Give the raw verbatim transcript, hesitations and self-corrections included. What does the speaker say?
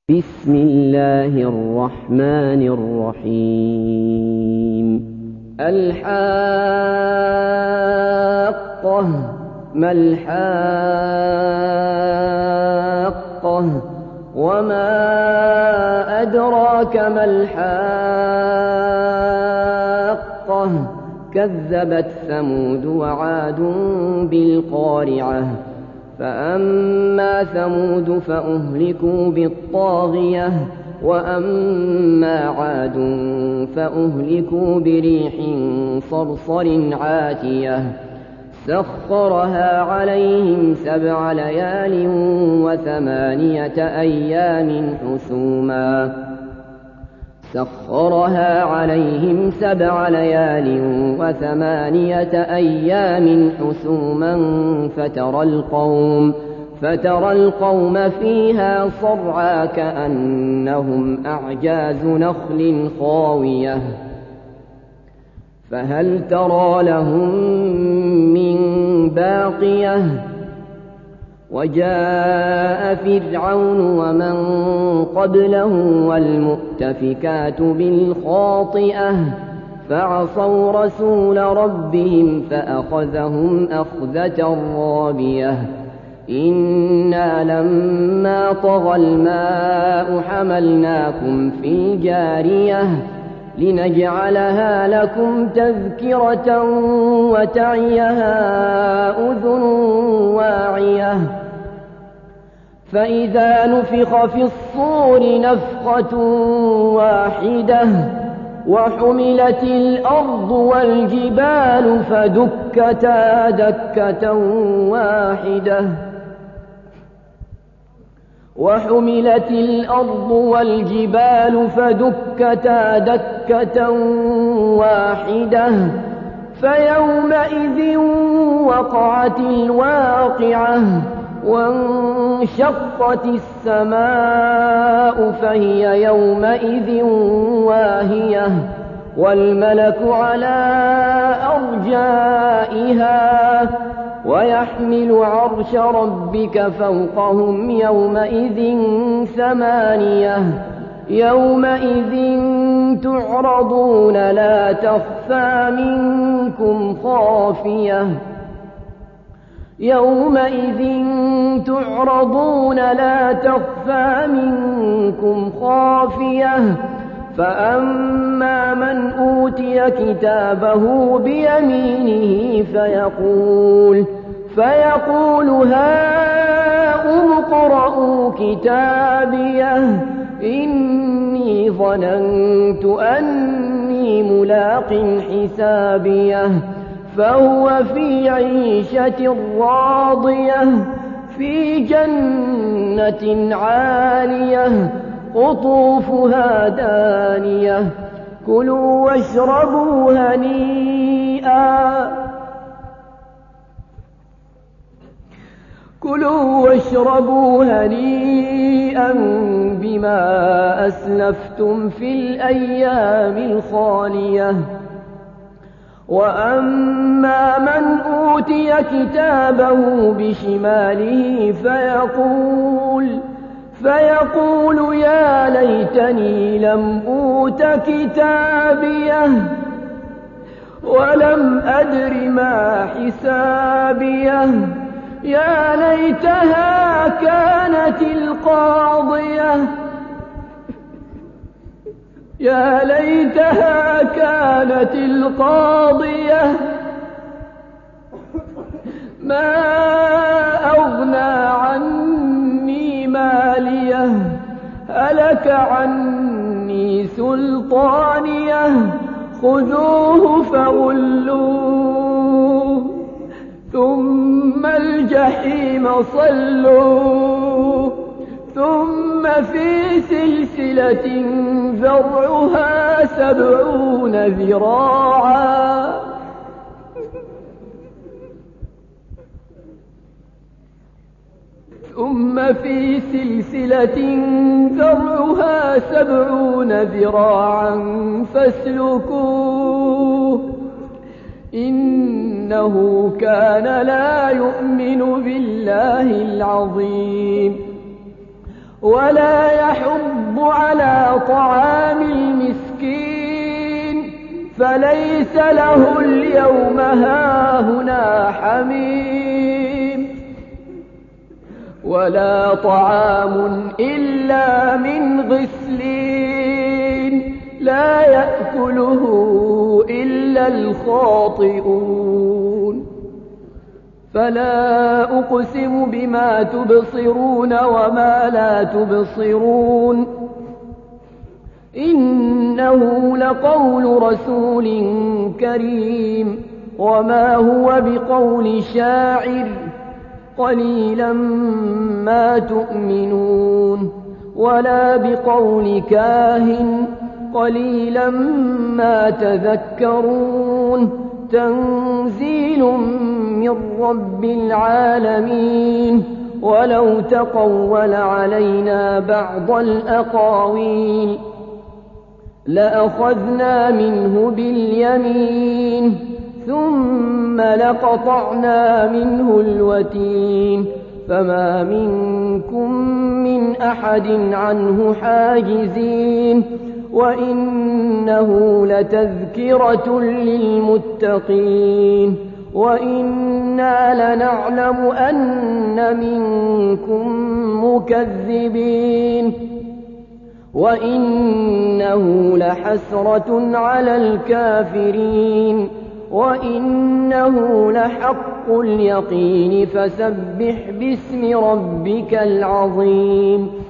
بسم الله الرحمن الرحيم الحاقة ما الحاقة وما أدراك ما الحاقة كذبت ثمود وعاد بالقارعة فأما ثمود فأهلكوا بالطاغية وأما عاد فأهلكوا بريح صرصر عاتية سخرها عليهم سبع ليال وثمانية أيام حسوما سخرها عليهم سبع ليال وثمانية أيام حسوما فترى القوم فترى القوم فيها صرعى كأنهم أعجاز نخل خاوية فهل ترى لهم من باقية وجاء فرعون ومن قبله والمؤتفكات بالخاطئة فعصوا رسول ربهم فأخذهم أخذة رابية إنا لما طغى الماء حملناكم في الجارية لنجعلها لكم تذكرة وتعيها أذن واعية فإذا نفخ في الصور نفخة واحدة وحملت الأرض والجبال فدكتا دكة واحدة وحملت الأرض والجبال فدكتا دكة واحدة فيومئذ وقعت الواقعة وانشقت السماء فهي يومئذ واهية والملك على أرجائها ويحمل عرش ربك فوقهم يومئذ ثمانية يومئذ تعرضون لا تخفى منكم خافية يومئذ تعرضون لا تخفى منكم خافية فأما من أوتي كتابه بيمينه فيقول فيقول هاؤم اقرءوا كتابيه إني ظننت أني ملاق حسابيه فهو في عيشة راضية في جنة عالية قطوفها دانية كلوا واشربوا هنيئا كلوا واشربوا هنيئا بما أسلفتم في الأيام الخالية وأما من أوتي كتابه بشماله فيقول فيقول يا ليتني لم أوت كتابيه ولم أدر ما حسابيه يا ليتها كانت القاضية يا ليتها كانت القاضية ما أغنى عني ماليه هلك عني سلطانيه خذوه فغلوه ثم الجحيم صلوه ثم في سلسلة ذرعها سبعون ذراعا ثم في سلسلة ذرعها سبعون ذراعا فاسلكوه إنه كان لا يؤمن بالله العظيم ولا يحض على طعام المسكين فليس له اليوم هاهنا حميم ولا طعام إلا من غسلين لا يأكله إلا الخاطئون فلا أقسم بما تبصرون وما لا تبصرون إنه لقول رسول كريم وما هو بقول شاعر قليلا ما تؤمنون ولا بقول كاهن قليلا ما تذكرون تنزيل من رب العالمين ولو تقول علينا بعض الأقاويل لأخذنا منه باليمين ثم لقطعنا منه الوتين فما منكم من أحد عنه حاجزين وإنه لتذكرة للمتقين وإنا لنعلم أن منكم مكذبين وإنه لحسرة على الكافرين وإنه لحق اليقين فسبح باسم ربك العظيم